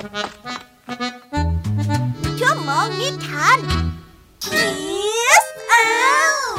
ชั่วโมงนิทาน Kiss Out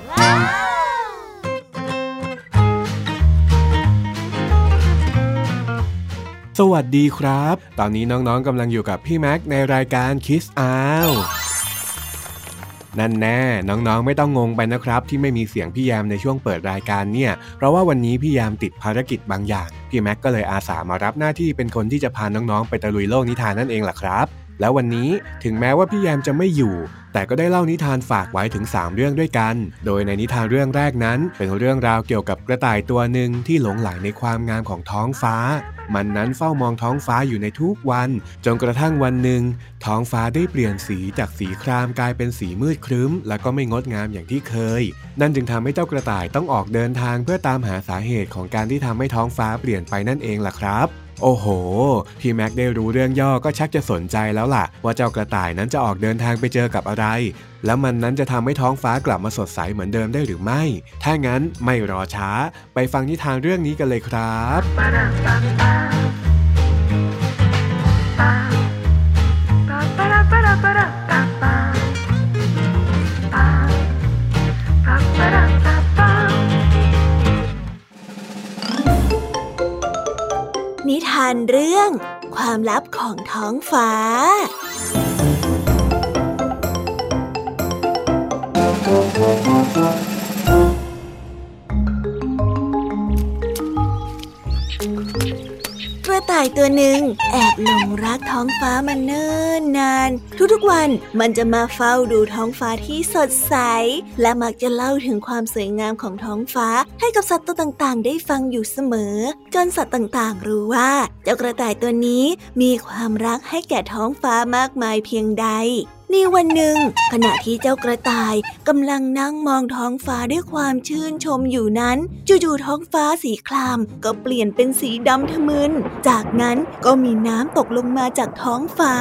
สวัสดีครับตอนนี้น้องๆกำลังอยู่กับพี่แม็กในรายการ Kiss Out นั่นแน่น้องๆไม่ต้องงงไปนะครับที่ไม่มีเสียงพี่ยามในช่วงเปิดรายการเนี่ยเพราะว่าวันนี้พี่ยามติดภารกิจบางอย่างพี่แม็กก็เลยอาสามารับหน้าที่เป็นคนที่จะพาน้องๆไปตะลุยโลกนิทานนั่นเองล่ะครับแล้ววันนี้ถึงแม้ว่าพี่ยามจะไม่อยู่แต่ก็ได้เล่านิทานฝากไว้ถึง3เรื่องด้วยกันโดยในนิทานเรื่องแรกนั้นเป็นเรื่องราวเกี่ยวกับกระต่ายตัวหนึ่งที่หลงใหลในความงามของท้องฟ้ามันนั้นเฝ้ามองท้องฟ้าอยู่ในทุกวันจนกระทั่งวันหนึ่งท้องฟ้าได้เปลี่ยนสีจากสีครามกลายเป็นสีมืดครึ้มและก็ไม่งดงามอย่างที่เคยนั่นจึงทำให้เจ้ากระต่ายต้องออกเดินทางเพื่อตามหาสาเหตุของการที่ทำให้ท้องฟ้าเปลี่ยนไปนั่นเองล่ะครับโอ้โหพี่แม็กได้รู้เรื่องย่อก็ชักจะสนใจแล้วล่ะว่าเจ้ากระต่ายนั้นจะออกเดินทางไปเจอกับอะไรแล้วมันนั้นจะทำให้ท้องฟ้ากลับมาสดใสเหมือนเดิมได้หรือไม่ถ้างั้นไม่รอช้าไปฟังนิทานเรื่องนี้กันเลยครับนิทานเรื่องความลับของท้องฟ้ากระต่ายตัวหนึ่งแอบหลงรักท้องฟ้ามาเนิ่นนานทุกๆวันมันจะมาเฝ้าดูท้องฟ้าที่สดใสและมักจะเล่าถึงความสวยงามของท้องฟ้าให้กับสัตว์ตัวต่างๆได้ฟังอยู่เสมอจนสัตว์ต่างๆรู้ว่าเจ้ากระต่ายตัวนี้มีความรักให้แก่ท้องฟ้ามากมายเพียงใดในวันหนึ่งขณะที่เจ้ากระต่ายกำลังนั่งมองท้องฟ้าด้วยความชื่นชมอยู่นั้นจู่ๆท้องฟ้าสีครามก็เปลี่ยนเป็นสีดำทะมึนจากนั้นก็มีน้ำตกลงมาจากท้องฟ้า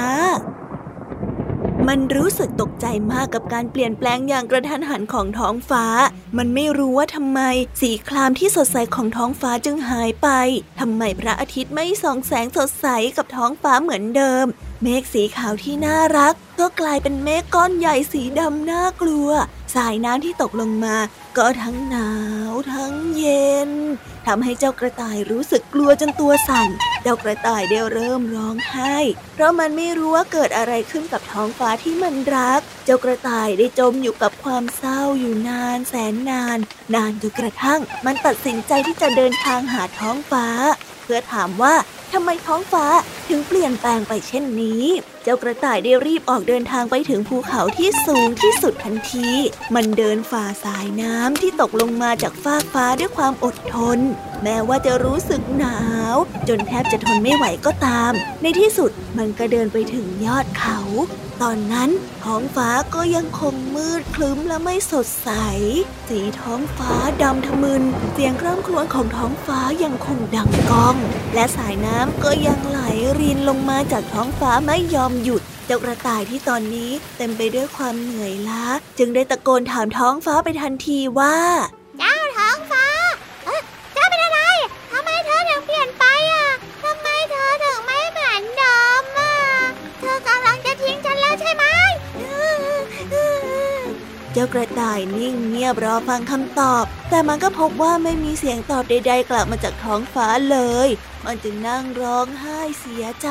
มันรู้สึกตกใจมากกับการเปลี่ยนแปลงอย่างกระทันหันของท้องฟ้ามันไม่รู้ว่าทำไมสีครามที่สดใสของท้องฟ้าจึงหายไปทำไมพระอาทิตย์ไม่ส่องแสงสดใสกับท้องฟ้าเหมือนเดิมเมฆสีขาวที่น่ารักก็กลายเป็นเมฆก้อนใหญ่สีดำน่ากลัวสายน้ำที่ตกลงมาก็ทั้งหนาวทั้งเย็นทำให้เจ้ากระต่ายรู้สึกกลัวจนตัวสั่นเจ้ากระต่ายได้เริ่มร้องไห้เพราะมันไม่รู้ว่าเกิดอะไรขึ้นกับท้องฟ้าที่มันรักเจ้ากระต่ายได้จมอยู่กับความเศร้าอยู่นานแสนนานจนกระทั่งมันตัดสินใจที่จะเดินทางหาท้องฟ้าเพื่อถามว่าทำไมท้องฟ้าถึงเปลี่ยนแปลงไปเช่นนี้เจ้ากระต่ายได้รีบออกเดินทางไปถึงภูเขาที่สูงที่สุดทันทีมันเดินฝ่าสายน้ำที่ตกลงมาจากฟากฟ้าด้วยความอดทนแม้ว่าจะรู้สึกหนาวจนแทบจะทนไม่ไหวก็ตามในที่สุดมันก็เดินไปถึงยอดเขาตอนนั้นท้องฟ้าก็ยังคงมืดครึ้มและไม่สดใสสีท้องฟ้าดำทะมึนเสียงคร่ำครวญของท้องฟ้ายังคงดังก้องและสายน้ำก็ยังไหลรินลงมาจากท้องฟ้าไม่ยอมหยุดเจ้ากระต่ายที่ตอนนี้เต็มไปด้วยความเหนื่อยล้าจึงได้ตะโกนถามท้องฟ้าไปทันทีว่าเจ้าท้องฟ้าเจ้าเป็นอะไรทำไมเธอถึงเปลี่ยนไปทำไมเธอถึงไม่เหมือนเดิมเธอกำลังจะทิ้งฉันแล้วใช่ไหมเจ้ากระต่ายนิ่งเงียบรอฟังคำตอบแต่มันก็พบว่าไม่มีเสียงตอบใดๆกลับมาจากท้องฟ้าเลยมันจึงนั่งร้องไห้เสียใจ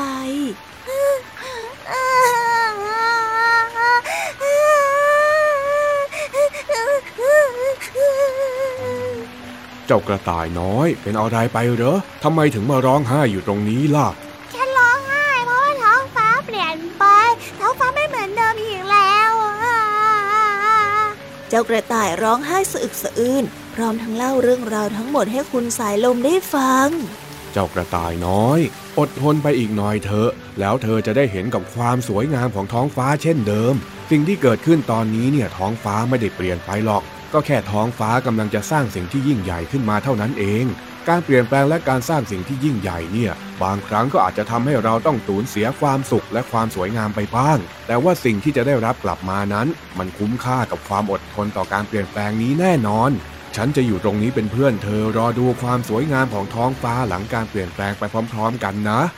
เจ้ากระต่ายน้อยเป็นอะไรไปเหรอทำไมถึงมาร้องไห้อยู่ตรงนี้ล่ะฉันร้องไห้เพราะว่าท้องฟ้าเปลี่ยนไปท้องฟ้าไม่เหมือนเดิมอีกแล้วเจ้ากระต่ายร้องไห้สะอึกสะอื้นพร้อมทั้งเล่าเรื่องราวทั้งหมดให้คุณสายลมได้ฟังเจ้ากระต่ายน้อยอดทนไปอีกหน่อยเถอะแล้วเธอจะได้เห็นกับความสวยงามของท้องฟ้าเช่นเดิมสิ่งที่เกิดขึ้นตอนนี้เนี่ยท้องฟ้าไม่ได้เปลี่ยนไปหรอกก็แค่ท้องฟ้ากำลังจะสร้างสิ่งที่ยิ่งใหญ่ขึ้นมาเท่านั้นเองการเปลี่ยนแปลงและการสร้างสิ่งที่ยิ่งใหญ่เนี่ยบางครั้งก็อาจจะทำให้เราต้องสูญเสียความสุขและความสวยงามไปบ้างแต่ว่าสิ่งที่จะได้รับกลับมานั้นมันคุ้มค่ากับความอดทนต่อการเปลี่ยนแปลงนี้แน่นอนฉันจะอยู่ตรงนี้เป็นเพื่อนเธอรอดูความสวยงามของท้องฟ้าหลังการเปลี่ยนแปลงไปพร้อมๆกันนะจ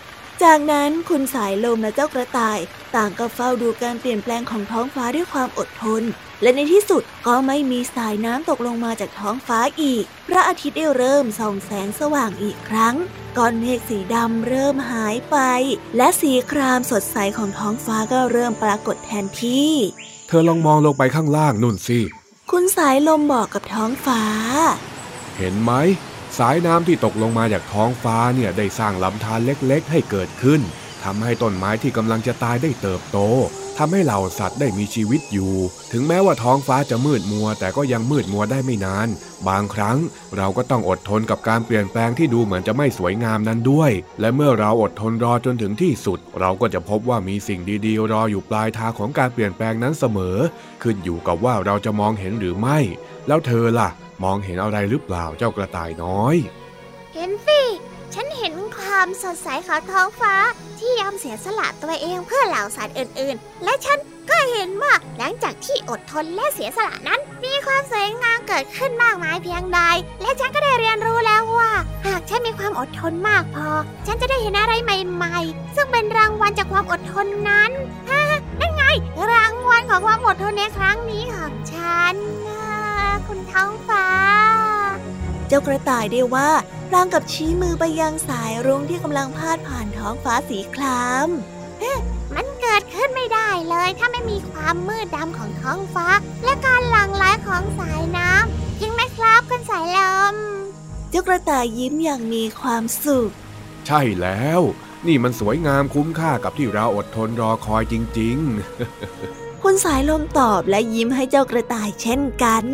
จากนั้นคุณสายลมและเจ้ากระต่ายต่างก็เฝ้าดูการเปลี่ยนแปลงของท้องฟ้าด้วยความอดทนและในที่สุดก็ไม่มีสายน้ำตกลงมาจากท้องฟ้าอีกพระอาทิตย์ได้เริ่มส่องแสงสว่างอีกครั้งก้อนเมฆสีดำเริ่มหายไปและสีครามสดใสของท้องฟ้าก็เริ่มปรากฏแทนที่เธอลองมองลงไปข้างล่างนู่นสิคุณสายลมบอกกับท้องฟ้าเห็นไหมสายน้ำที่ตกลงมาจากท้องฟ้าเนี่ยได้สร้างลำธารเล็กๆให้เกิดขึ้นทำให้ต้นไม้ที่กำลังจะตายได้เติบโตทำให้เหล่าสัตว์ได้มีชีวิตอยู่ถึงแม้ว่าท้องฟ้าจะมืดมัวแต่ก็ยังมืดมัวได้ไม่นานบางครั้งเราก็ต้องอดทนกับการเปลี่ยนแปลงที่ดูเหมือนจะไม่สวยงามนั้นด้วยและเมื่อเราอดทนรอจนถึงที่สุดเราก็จะพบว่ามีสิ่งดีๆรออยู่ปลายทางของการเปลี่ยนแปลงนั้นเสมอขึ้นอยู่กับว่าเราจะมองเห็นหรือไม่แล้วเธอล่ะมองเห็นอะไรหรือเปล่าเจ้ากระต่ายน้อยเห็นสิฉันเห็นความสดใสของท้องฟ้าที่ยอมเสียสละตัวเองเพื่อเหล่าสัตว์อื่นๆและฉันก็เห็นว่าหลังจากที่อดทนและเสียสละนั้นมีความสวยงามเกิดขึ้นมากมายเพียงใดและฉันก็ได้เรียนรู้แล้วว่าหากฉันมีความอดทนมากพอฉันจะได้เห็นอะไรใหม่ๆซึ่งเป็นรางวัลจากความอดทนนั้นนั่นไงรางวัลของความอดทนในครั้งนี้ของฉันคุณท้องฟ้าเจ้ากระต่ายได้ว่าพลางกับชี้มือไปยังสายรุ้งที่กำลังพาดผ่านท้องฟ้าสีคล้ำมันเกิดขึ้นไม่ได้เลยถ้าไม่มีความมืดดำของท้องฟ้าและการหลั่งไหลของสายน้ำจริงไหมครับคุณสายลมเจ้ากระต่ายยิ้มอย่างมีความสุขใช่แล้วนี่มันสวยงามคุ้มค่ากับที่เราอดทนรอคอยจริงๆ คุณสายลมตอบและยิ้มให้เจ้ากระต่ายเช่นกัน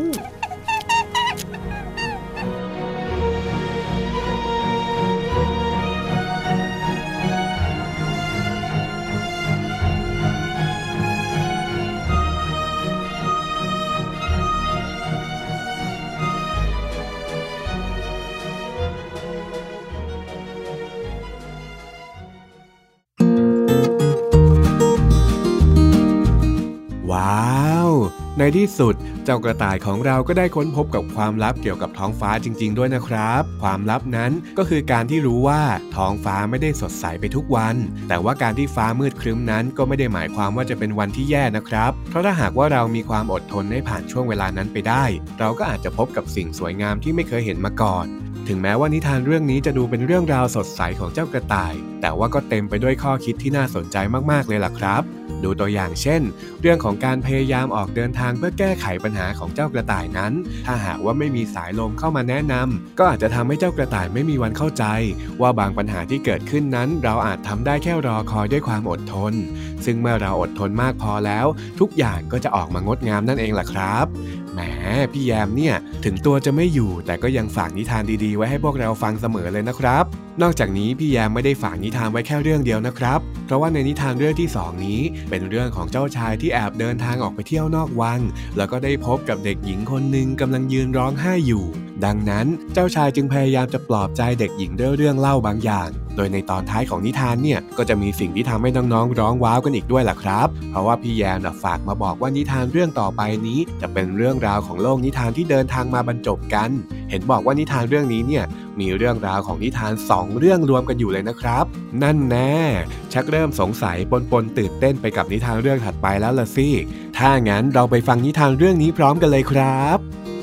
ในที่สุดเจ้ากระต่ายของเราก็ได้ค้นพบกับความลับเกี่ยวกับท้องฟ้าจริงๆด้วยนะครับความลับนั้นก็คือการที่รู้ว่าท้องฟ้าไม่ได้สดใสไปทุกวันแต่ว่าการที่ฟ้ามืดครึ้มนั้นก็ไม่ได้หมายความว่าจะเป็นวันที่แย่นะครับเพราะถ้าหากว่าเรามีความอดทนให้ผ่านช่วงเวลานั้นไปได้เราก็อาจจะพบกับสิ่งสวยงามที่ไม่เคยเห็นมาก่อนถึงแม้ว่านิทานเรื่องนี้จะดูเป็นเรื่องราวสดใสของเจ้ากระต่ายแต่ว่าก็เต็มไปด้วยข้อคิดที่น่าสนใจมากๆเลยล่ะครับดูตัวอย่างเช่นเรื่องของการพยายามออกเดินทางเพื่อแก้ไขปัญหาของเจ้ากระต่ายนั้นถ้าหากว่าไม่มีสายลมเข้ามาแนะนำก็อาจจะทำให้เจ้ากระต่ายไม่มีวันเข้าใจว่าบางปัญหาที่เกิดขึ้นนั้นเราอาจทำได้แค่รอคอยด้วยความอดทนซึ่งเมื่อเราอดทนมากพอแล้วทุกอย่างก็จะออกมางดงามนั่นเองล่ะครับแหมพี่แยมเนี่ยถึงตัวจะไม่อยู่แต่ก็ยังฝากนิทานดีๆไว้ให้พวกเราฟังเสมอเลยนะครับนอกจากนี้พี่แยมไม่ได้ฝากนิทานไว้แค่เรื่องเดียวนะครับเพราะว่าในนิทานเรื่องที่2นี้เป็นเรื่องของเจ้าชายที่แอบเดินทางออกไปเที่ยวนอกวังแล้วก็ได้พบกับเด็กหญิงคนหนึ่งกำลังยืนร้องไห้อยู่ดังนั้นเจ้าชายจึงพยายามจะปลอบใจเด็กหญิงด้วยเรื่องเล่าบางอย่างโดยในตอนท้ายของนิทานเนี่ยก็จะมีสิ่งที่ทำให้น้องๆร้องว้าวกันอีกด้วยล่ะครับเพราะว่าพี่แยมฝากมาบอกว่านิทานเรื่องต่อไปนี้จะเป็นเรื่องราวของโลกนิทานที่เดินทางมาบรรจบกันเห็นบอกว่านิทานเรื่องนี้เนี่ยมีเรื่องราวของนิทาน2เรื่องรวมกันอยู่เลยนะครับนั่นแน่ชักเริ่มสงสัยปนตื่นเต้นไปกับนิทานเรื่องถัดไปแล้วล่ะสิถ้างั้นเราไปฟังนิทานเรื่องนี้พร้อมกันเลยครับ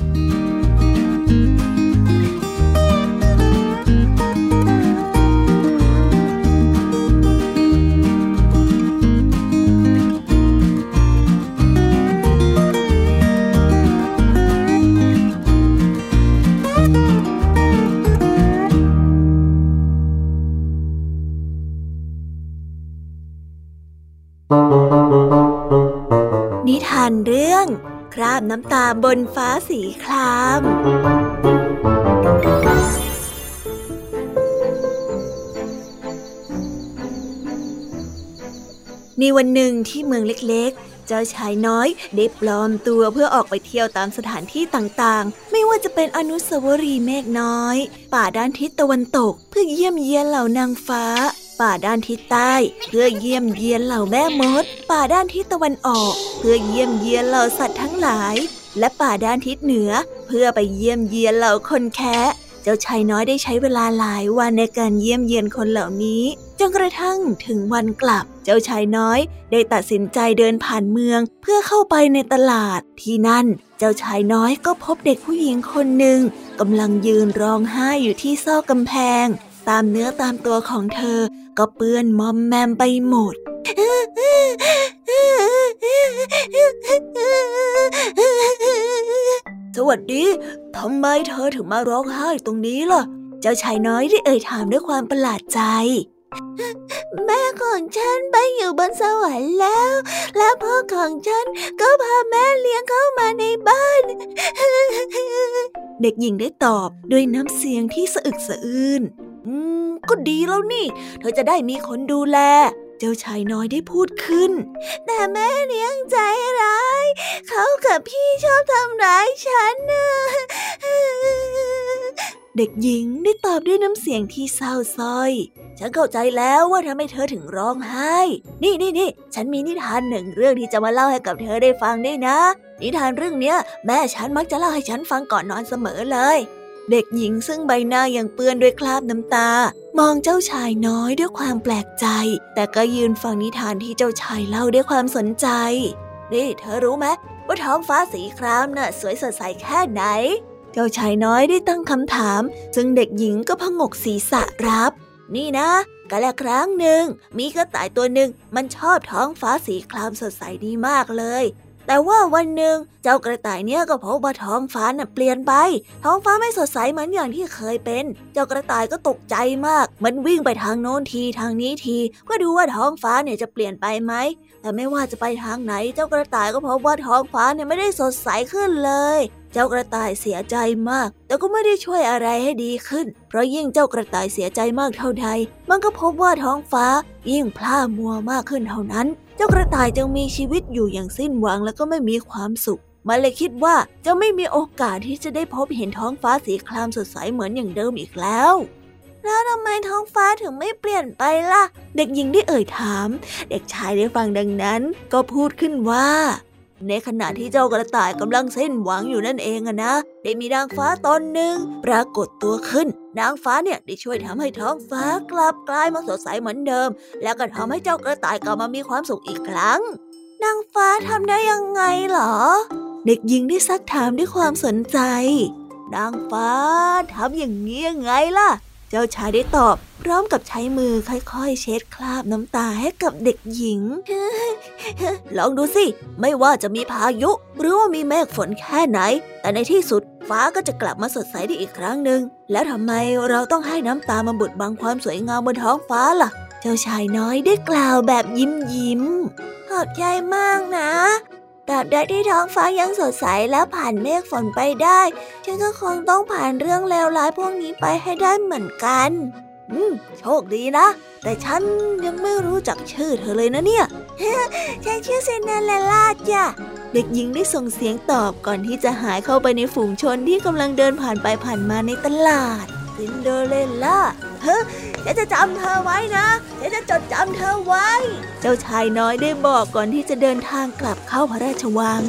นิทานเรื่องคราบน้ำตาบนฟ้าสีครามในวันหนึ่งที่เมืองเล็กๆเจ้าชายน้อยได้ปลอมตัวเพื่อออกไปเที่ยวตามสถานที่ต่างๆไม่ว่าจะเป็นอนุสาวรีย์เมฆน้อยป่าด้านทิศตะวันตกเพื่อเยี่ยมเยียนเหล่านางฟ้าป่าด้านทิศใต้เพื่อเยี่ยมเยียนเหล่าแม่มดป่าด้านทิศตะวันออกเพื่อเยี่ยมเยียนเหล่าสัตว์ทั้งหลายและป่าด้านทิศเหนือเพื่อไปเยี่ยมเยียนเหล่าคนแคะเจ้าชายน้อยได้ใช้เวลาหลายวันในการเยี่ยมเยียนคนเหล่านี้จนกระทั่งถึงวันกลับเจ้าชายน้อยได้ตัดสินใจเดินผ่านเมืองเพื่อเข้าไปในตลาดที่นั่นเจ้าชายน้อยก็พบเด็กผู้หญิงคนหนึ่งกำลังยืนร้องไห้อยู่ที่ซอกกำแพงตามเนื้อตามตัวของเธอก็เปื้อนมอมแมมไปหมดสวัสดีทำไมเธอถึงมาร้องไห้ตรงนี้ล่ะเจ้าชายน้อยได้เอ่ยถามด้วยความประหลาดใจแม่ของฉันไปอยู่บนสวรรค์แล้วและพ่อของฉันก็พาแม่เลี้ยงเข้ามาในบ้านเด็กหญิงได้ตอบด้วยน้ำเสียงที่สะอึกสะอื้นก็ดีแล้วนี่เธอจะได้มีคนดูแลเจ้าชายน้อยได้พูดขึ้นแต่แม่เลี้ยงใจร้ายเขากับพี่ชอบทำร้ายฉันนะเด็กหญิงได้ตอบด้วยน้ำเสียงที่เศร้าส้อยฉันเข้าใจแล้วว่าทำไมเธอถึงร้องไห้นี่ฉันมีนิทานหนึ่งเรื่องที่จะมาเล่าให้กับเธอได้ฟังด้วยนะนิทานเรื่องเนี้ยแม่ฉันมักจะเล่าให้ฉันฟังก่อนนอนเสมอเลยเด็กหญิงซึ่งใบหน้ายังเปื้อนด้วยคราบน้ำตามองเจ้าชายน้อยด้วยความแปลกใจแต่ก็ยืนฟังนิทานที่เจ้าชายเล่าด้วยความสนใจนี่เธอรู้ไหมว่าท้องฟ้าสีครามน่ะสวยสดใสแค่ไหนเจ้าชายน้อยได้ตั้งคำถามซึ่งเด็กหญิงก็พงกศีรษะรับนี่นะกาลครั้งหนึ่งมีกระต่ายตัวหนึ่งมันชอบท้องฟ้าสีครามสดใสดีมากเลยแต่ว่าวันหนึ่งเจ้ากระต่ายเนี่ยก็พบว่าท้องฟ้าน่ะเปลี่ยนไปท้องฟ้าไม่สดใสเหมือนอย่างที่เคยเป็นเจ้ากระต่ายก็ตกใจมากมันวิ่งไปทางโน้นทีทางนี้ทีเพื่อดูว่าท้องฟ้าเนี่ยจะเปลี่ยนไปไหมแต่ไม่ว่าจะไปทางไหนเจ้ากระต่ายก็พบว่าท้องฟ้าเนี่ยไม่ได้สดใสขึ้นเลยเจ้ากระต่ายเสียใจมากแต่ก็ไม่ได้ช่วยอะไรให้ดีขึ้นเพราะยิ่งเจ้ากระต่ายเสียใจมากเท่าใดมันก็พบว่าท้องฟ้ายิ่งพร่ามัวมากขึ้นเท่านั้นเจ้ากระต่ายจึงมีชีวิตอยู่อย่างสิ้นหวังและก็ไม่มีความสุขมันเลยคิดว่าจะไม่มีโอกาสที่จะได้พบเห็นท้องฟ้าสีครามสดใสเหมือนอย่างเดิมอีกแล้วทำไมท้องฟ้าถึงไม่เปลี่ยนไปล่ะเด็กหญิงได้เอ่ยถามเด็กชายได้ฟังดังนั้นก็พูดขึ้นว่าในขณะที่เจ้ากระต่ายกำลังสิ้นหวังอยู่นั่นเองนะได้มีนางฟ้าตนหนึ่งปรากฏตัวขึ้นนางฟ้าเนี่ยได้ช่วยทำให้ท้องฟ้ากลับกลายมาสดใสเหมือนเดิมแล้วก็ทำให้เจ้ากระต่ายกลับมามีความสุขอีกครั้งนางฟ้าทำได้ยังไงเหรอเด็กหญิงได้ซักถามด้วยความสนใจนางฟ้าทำอย่างนี้ยังไงล่ะเจ้าชายได้ตอบพร้อมกับใช้มือค่อยๆเช็ดคราบน้ำตาให้กับเด็กหญิง ลองดูสิไม่ว่าจะมีพายุหรือว่ามีเมฆฝนแค่ไหนแต่ในที่สุดฟ้าก็จะกลับมาสดใสได้อีกครั้งหนึ่งแล้วทำไมเราต้องให้น้ำตามาบดบังความสวยงามบนท้องฟ้าล่ะเจ้าชายน้อยได้กล่าวแบบยิ้มขอบใจมากนะตราบใดที่ท้องฟ้ายังสดใสแล้วผ่านเมฆฝนไปได้ฉันก็คงต้องผ่านเรื่องเลวร้ายพวกนี้ไปให้ได้เหมือนกันโชคดีนะแต่ฉันยังไม่รู้จักชื่อเธอเลยนะเนี่ย ฉันชื่อซินเดอเรลล่าจ้ะเด็กหญิงได้ส่งเสียงตอบก่อนที่จะหายเข้าไปในฝูงชนที่กำลังเดินผ่านไปผ่านมาในตลาดซินเดอเรลล่าฉันจะจำเธอไว้นะฉันจะจดจำเธอไว้เจ้าชายน้อยได้บอกก่อนที่จะเดินทางกลับเข้าพระราชวัง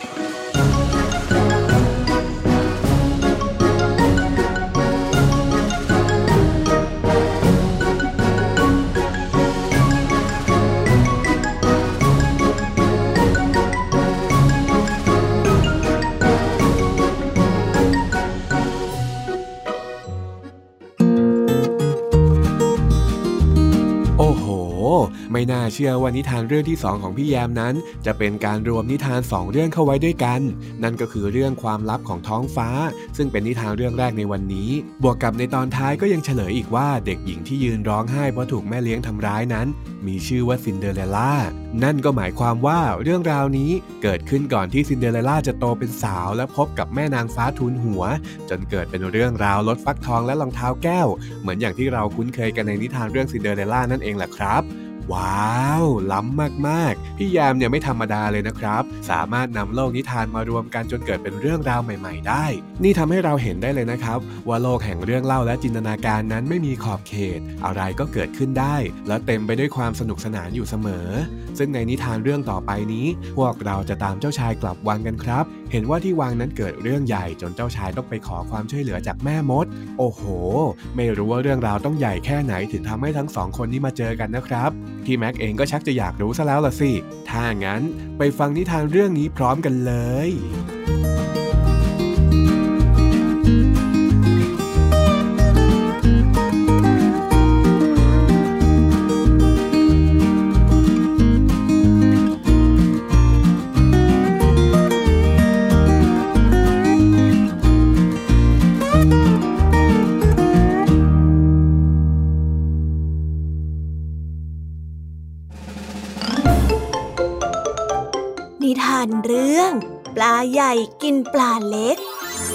ไม่น่าเชื่อว่านิทานเรื่องที่2ของพี่แยมนั้นจะเป็นการรวมนิทาน2เรื่องเข้าไว้ด้วยกันนั่นก็คือเรื่องความลับของท้องฟ้าซึ่งเป็นนิทานเรื่องแรกในวันนี้บวกกับในตอนท้ายก็ยังเฉลยอีกว่าเด็กหญิงที่ยืนร้องไห้เพราะถูกแม่เลี้ยงทำร้ายนั้นมีชื่อว่าซินเดอเรลล่านั่นก็หมายความว่าเรื่องราวนี้เกิดขึ้นก่อนที่ซินเดอเรลล่าจะโตเป็นสาวและพบกับแม่นางฟ้าทูลหัวจนเกิดเป็นเรื่องราวรถฟักทองและรองเท้าแก้วเหมือนอย่างที่เราคุ้นเคยกันในนิทานเรื่องซินเดอเรลล่านั่นเองแหละครับว้าวล้ำมากๆพี่ยามเนี่ยไม่ธรรมดาเลยนะครับสามารถนำโลกนิทานมารวมกันจนเกิดเป็นเรื่องราวใหม่ๆได้นี่ทำให้เราเห็นได้เลยนะครับว่าโลกแห่งเรื่องเล่าและจินตนาการนั้นไม่มีขอบเขตอะไรก็เกิดขึ้นได้และเต็มไปด้วยความสนุกสนานอยู่เสมอซึ่งในนิทานเรื่องต่อไปนี้พวกเราจะตามเจ้าชายกลับวังกันครับเห็นว่าที่วังนั้นเกิดเรื่องใหญ่จนเจ้าชายต้องไปขอความช่วยเหลือจากแม่มดโอ้โหไม่รู้ว่าเรื่องราวต้องใหญ่แค่ไหนถึงทำให้ทั้งสองคนนี้มาเจอกันนะครับพี่แม็กเองก็ชักจะอยากรู้ซะแล้วล่ะสิถ้างั้นไปฟังนิทานเรื่องนี้พร้อมกันเลยนิทานเรื่องปลาใหญ่กินปลาเล็ก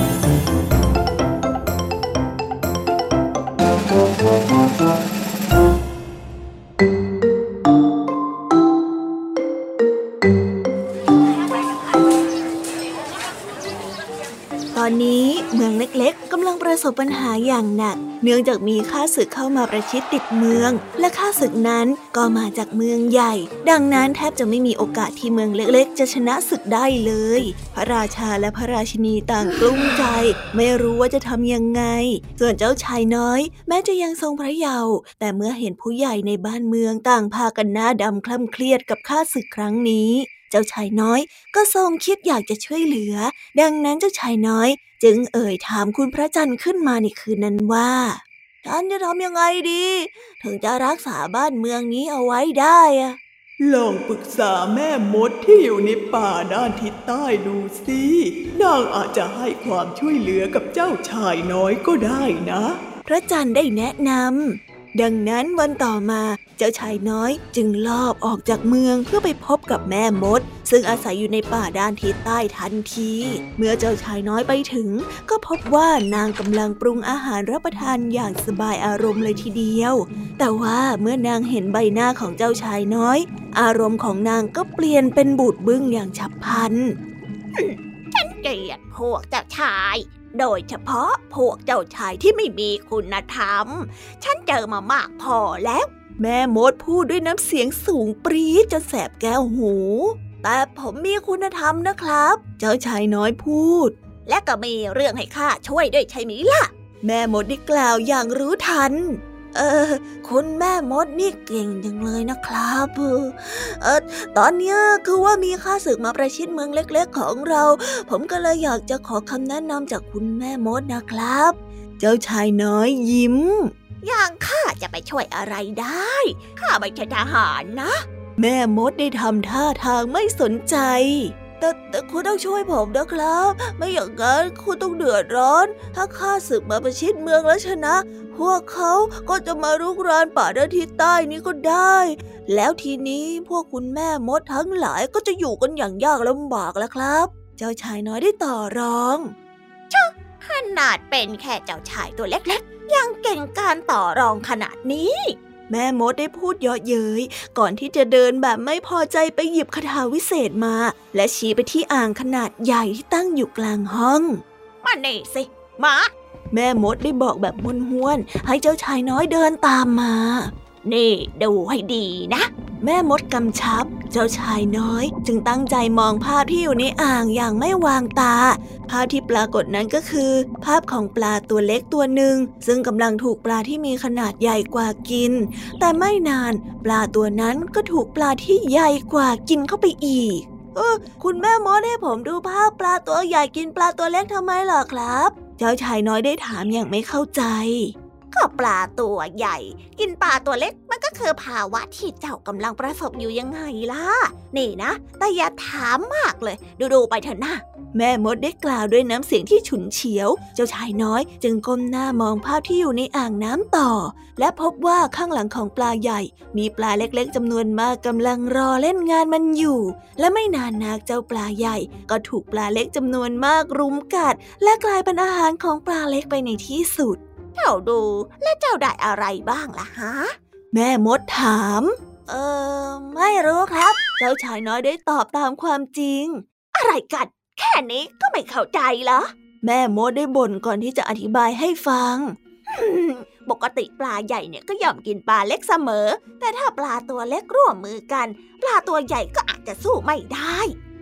ตอนนี้เมืองเล็กๆกำลังประสบปัญหาอย่างหนักเนื่องจากมีข้าศึกเข้ามาประชิดติดเมืองและข้าศึกนั้นก็มาจากเมืองใหญ่ดังนั้นแทบจะไม่มีโอกาสที่เมืองเล็กๆจะชนะศึกได้เลยพระราชาและพระราชินีต่างกลุ้มใจไม่รู้ว่าจะทำยังไงส่วนเจ้าชายน้อยแม้จะยังทรงพระเยาว์แต่เมื่อเห็นผู้ใหญ่ในบ้านเมืองต่างพากันหน้าดำคล่ำเครียดกับข้าศึกครั้งนี้เจ้าชายน้อยก็ทรงคิดอยากจะช่วยเหลือดังนั้นเจ้าชายน้อยจึงถามคุณพระจันทร์ขึ้นมาในคืนนั้นว่าฉันจะทำยังไงดีถึงจะรักษาบ้านเมืองนี้เอาไว้ได้อะลองปรึกษาแม่มดที่อยู่ในป่าด้านทิศใต้ดูสินางอาจจะให้ความช่วยเหลือกับเจ้าชายน้อยก็ได้นะพระจันทร์ได้แนะนำดังนั้นวันต่อมาเจ้าชายน้อยจึงลอบออกจากเมืองเพื่อไปพบกับแม่มดซึ่งอาศัยอยู่ในป่าด้านทิศใต้ทันทีเมื่อเจ้าชายน้อยไปถึงก็พบว่านางกำลังปรุงอาหารรับประทานอย่างสบายอารมณ์เลยทีเดียวแต่ว่าเมื่อนางเห็นใบหน้าของเจ้าชายน้อยอารมณ์ของนางก็เปลี่ยนเป็นบูดบึ้งอย่างฉับพลันฉันเกลียดพวกเจ้าชายโดยเฉพาะพวกเจ้าชายที่ไม่มีคุณธรรมฉันเจอมามากพอแล้วแม่มดพูดด้วยน้ำเสียงสูงปรี๊ดจนแสบแก้วหูแต่ผมมีคุณธรรมนะครับเจ้าชายน้อยพูดและก็มีเรื่องให้ข้าช่วยด้วยใช่ไหมล่ะแม่มดได้กล่าวอย่างรู้ทันคุณแม่มดนี่เก่งจังเลยนะครับตอนนี้คือว่ามีข้าศึกมาประชิดเมืองเล็กๆของเราผมก็เลยอยากจะขอคำแนะนำจากคุณแม่มดนะครับเจ้าชายน้อยยิ้มอย่างข้าจะไปช่วยอะไรได้ข้าไม่ใช่ทหารนะแม่มดได้ทำท่าทางไม่สนใจแต่คุณต้องช่วยผมนะครับไม่อย่างนั้นคุณต้องเดือดร้อนถ้าข้าศึกมาประชิดเมืองแล้วชนะพวกเขาก็จะมารุกรานป่าด้านทิศใต้นี้ก็ได้แล้วทีนี้พวกคุณแม่มดทั้งหลายก็จะอยู่กันอย่างยากลำบากแล้วครับเจ้าชายน้อยได้ต่อรองขนาดเป็นแค่เจ้าชายตัวเล็กๆยังเก่งการต่อรองขนาดนี้แม่มดได้พูดเยาะเย้ยก่อนที่จะเดินแบบไม่พอใจไปหยิบคาถาวิเศษมาและชี้ไปที่อ่างขนาดใหญ่ที่ตั้งอยู่กลางห้องมานี่สิมาแม่มดได้บอกแบบห้วนๆให้เจ้าชายน้อยเดินตามมานี่ดูให้ดีนะแม่มดกำชับเจ้าชายน้อยจึงตั้งใจมองภาพที่อยู่ในอ่างอย่างไม่วางตาภาพที่ปรากฏนั้นก็คือภาพของปลาตัวเล็กตัวหนึ่งซึ่งกำลังถูกปลาที่มีขนาดใหญ่กว่ากินแต่ไม่นานปลาตัวนั้นก็ถูกปลาที่ใหญ่กว่ากินเข้าไปอีกคุณแม่มดให้ผมดูภาพปลาตัวใหญ่กินปลาตัวเล็กทำไมล่ะครับเจ้าชายน้อยได้ถามอย่างไม่เข้าใจก็ปลาตัวใหญ่กินปลาตัวเล็กมันก็คือภาวะที่เจ้ากำลังประสบอยู่ยังไงล่ะนี่นะแต่อย่าถามมากเลยดูไปเถอะนะแม่มดได้กล่าวด้วยน้ำเสียงที่ฉุนเฉียวเจ้าชายน้อยจึงก้มหน้ามองภาพที่อยู่ในอ่างน้ำต่อและพบว่าข้างหลังของปลาใหญ่มีปลาเล็กๆจำนวนมากกำลังรอเล่นงานมันอยู่และไม่นานนักเจ้าปลาใหญ่ก็ถูกปลาเล็กจำนวนมากรุมกัดและกลายเป็นอาหารของปลาเล็กไปในที่สุดเจ้าดูและเจ้าได้อะไรบ้างล่ะฮะแม่มดถามไม่รู้ครับเจ้าชายน้อยได้ตอบตามความจริงอะไรกันแค่นี้ก็ไม่เข้าใจเหรอแม่มดได้บ่นก่อนที่จะอธิบายให้ฟังปกติปลาใหญ่เนี่ยก็ย่อมกินปลาเล็กเสมอแต่ถ้าปลาตัวเล็กร่วมมือกันปลาตัวใหญ่ก็อาจจะสู้ไม่ได้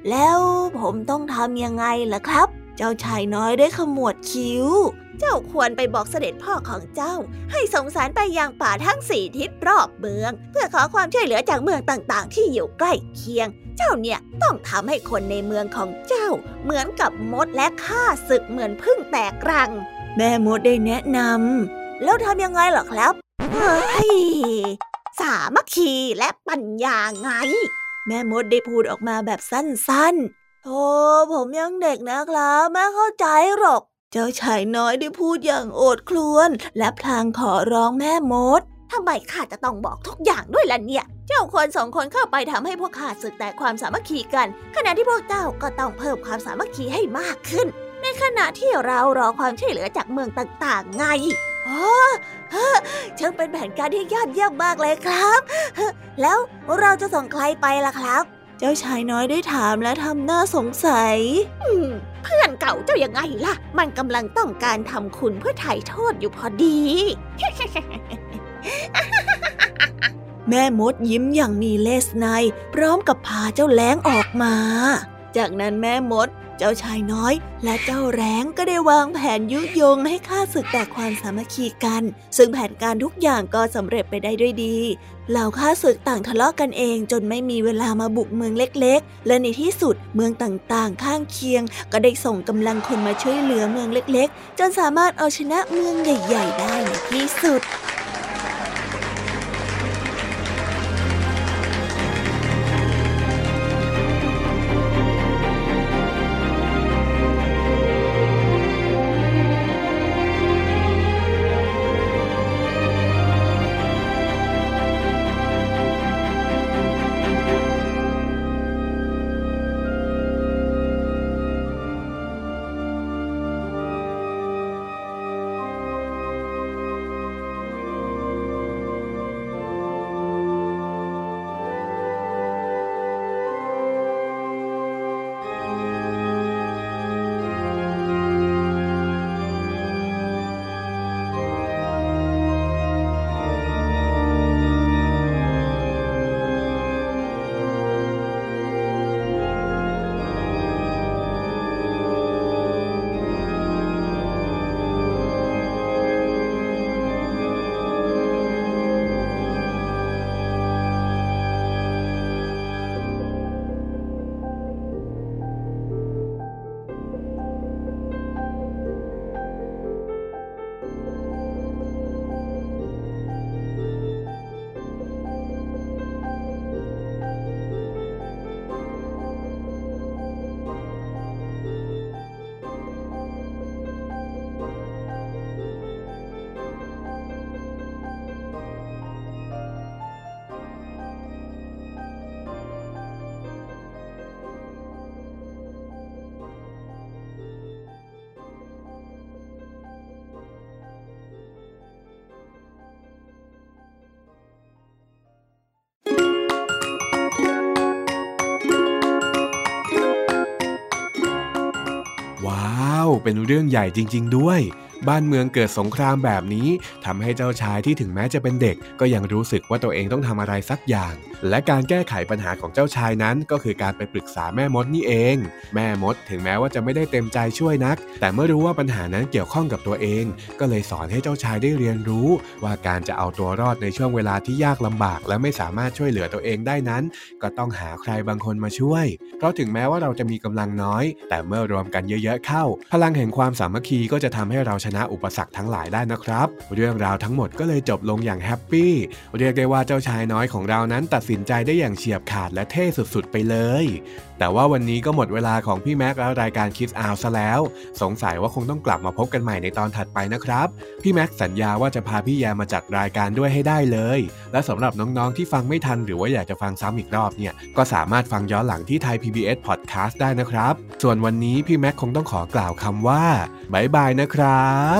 แล้วผมต้องทำยังไงล่ะครับเจ้าชายน้อยได้ขมวดคิ้วเจ้าควรไปบอกเสด็จพ่อของเจ้าให้ส่งสารไปยังป่าทั้ง4 ทิศรอบเมืองเพื่อขอความช่วยเหลือจากเมืองต่างๆที่อยู่ใกล้เคียงเจ้าเนี่ยต้องทำให้คนในเมืองของเจ้าเหมือนกับมดและข้าศึกเหมือนผึ้งแตกรังแม่มดได้แนะนำแล้วทำยังไงล่ะครับเฮ้ยสามัคคีและปัญญาไงแม่มดได้พูดออกมาแบบสั้นๆโธ่ผมยังเด็กนะครับไม่เข้าใจหรอกเจ้าชายน้อยได้พูดอย่างโอดครวญและพลางขอร้องแม่มดทำไมข้าจะต้องบอกทุกอย่างด้วยล่ะเนี่ยเจ้าควรส่งคนเข้าไปทำให้พวกข้าศึกแต่ความสามัคคีกันขณะที่พวกเจ้าก็ต้องเพิ่มความสามัคคีให้มากขึ้นในขณะที่เรารอความช่วยเหลือจากเมืองต่างๆไงอ๋อช่างเป็นแผนการที่ยอดเยี่ยมมากเลยครับแล้วเราจะส่งใครไปล่ะครับเจ้าชายน้อยได้ถามและทำหน้าสงสัยเพื่อนเก่าเจ้ายังไงล่ะมันกำลังต้องการทำคุณเพื่อไถ่โทษอยู่พอดี แม่มดยิ้มอย่างมีเลสไนพร้อมกับพาเจ้าแล้งออกมาจากนั้นแม่มดเจ้าชายน้อยและเจ้าแร้งก็ได้วางแผนยุยงให้ข้าศึกแตกความสามัคคีกันซึ่งแผนการทุกอย่างก็สำเร็จไปได้ด้วยดีเหล่าข้าศึกต่างทะเลาะกันเองจนไม่มีเวลามาบุกเมืองเล็กๆและในที่สุดเมืองต่างๆข้างเคียงก็ได้ส่งกำลังคนมาช่วยเหลือเมืองเล็กๆจนสามารถเอาชนะเมืองใหญ่ๆได้ในที่สุดเป็นเรื่องใหญ่จริงๆด้วยบ้านเมืองเกิดสงครามแบบนี้ทำให้เจ้าชายที่ถึงแม้จะเป็นเด็กก็ยังรู้สึกว่าตัวเองต้องทำอะไรสักอย่างและการแก้ไขปัญหาของเจ้าชายนั้นก็คือการไปปรึกษาแม่มดนี่เองแม่มดถึงแม้ว่าจะไม่ได้เต็มใจช่วยนักแต่เมื่อรู้ว่าปัญหานั้นเกี่ยวข้องกับตัวเองก็เลยสอนให้เจ้าชายได้เรียนรู้ว่าการจะเอาตัวรอดในช่วงเวลาที่ยากลำบากและไม่สามารถช่วยเหลือตัวเองได้นั้นก็ต้องหาใครบางคนมาช่วยเพราะถึงแม้ว่าเราจะมีกำลังน้อยแต่เมื่อรวมกันเยอะๆเข้าพลังแห่งความสามัคคีก็จะทำให้เราชนะอุปสรรคทั้งหลายได้นะครับเรื่องราวทั้งหมดก็เลยจบลงอย่างแฮปปี้เรียกได้ว่าเจ้าชายน้อยของเรานั้นตัดสินใจได้อย่างเฉียบขาดและเท่สุดๆไปเลยแต่ว่าวันนี้ก็หมดเวลาของพี่แม็กและรายการ Kids Out ซะแล้วสงสัยว่าคงต้องกลับมาพบกันใหม่ในตอนถัดไปนะครับพี่แม็กสัญญาว่าจะพาพี่แยมมาจัดรายการด้วยให้ได้เลยและสำหรับน้องๆที่ฟังไม่ทันหรือว่าอยากจะฟังซ้ำอีกรอบเนี่ยก็สามารถฟังย้อนหลังที่ Thai PBS Podcast ได้นะครับส่วนวันนี้พี่แม็กคงต้องขอกล่าวคำว่าบ๊ายบายนะครับ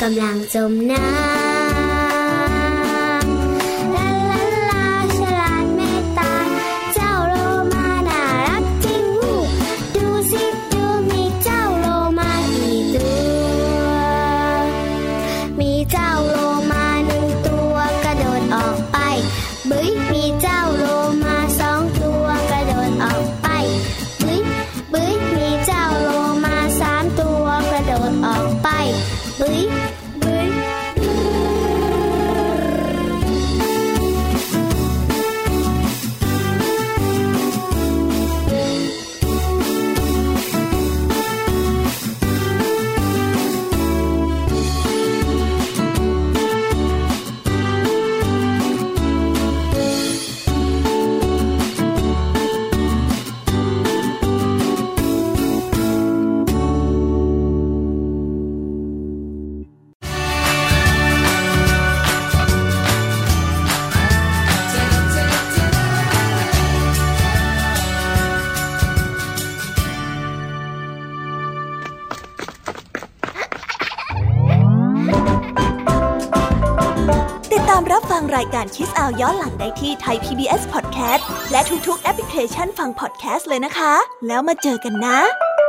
กำลังจมน้ำลาลาลาฉลาดเมตตาเจ้าโลมาน่ารักจริงดูสิดูมีเจ้าโลมากี่ตัวมีเจ้าโลมา1 ตัวกระโดดออกไปบึ้ยมีเจ้าโลมา2 ตัวกระโดดออกไปบึ้ยบึ้ยมีเจ้าโลมา3 ตัวกระโดดออกไปบึ้ยบึ้ยรับฟังรายการ Kids Hour ย้อนหลังได้ที่ไทย PBS Podcast และทุกๆแอปพลิเคชันฟัง podcast เลยนะคะแล้วมาเจอกันนะ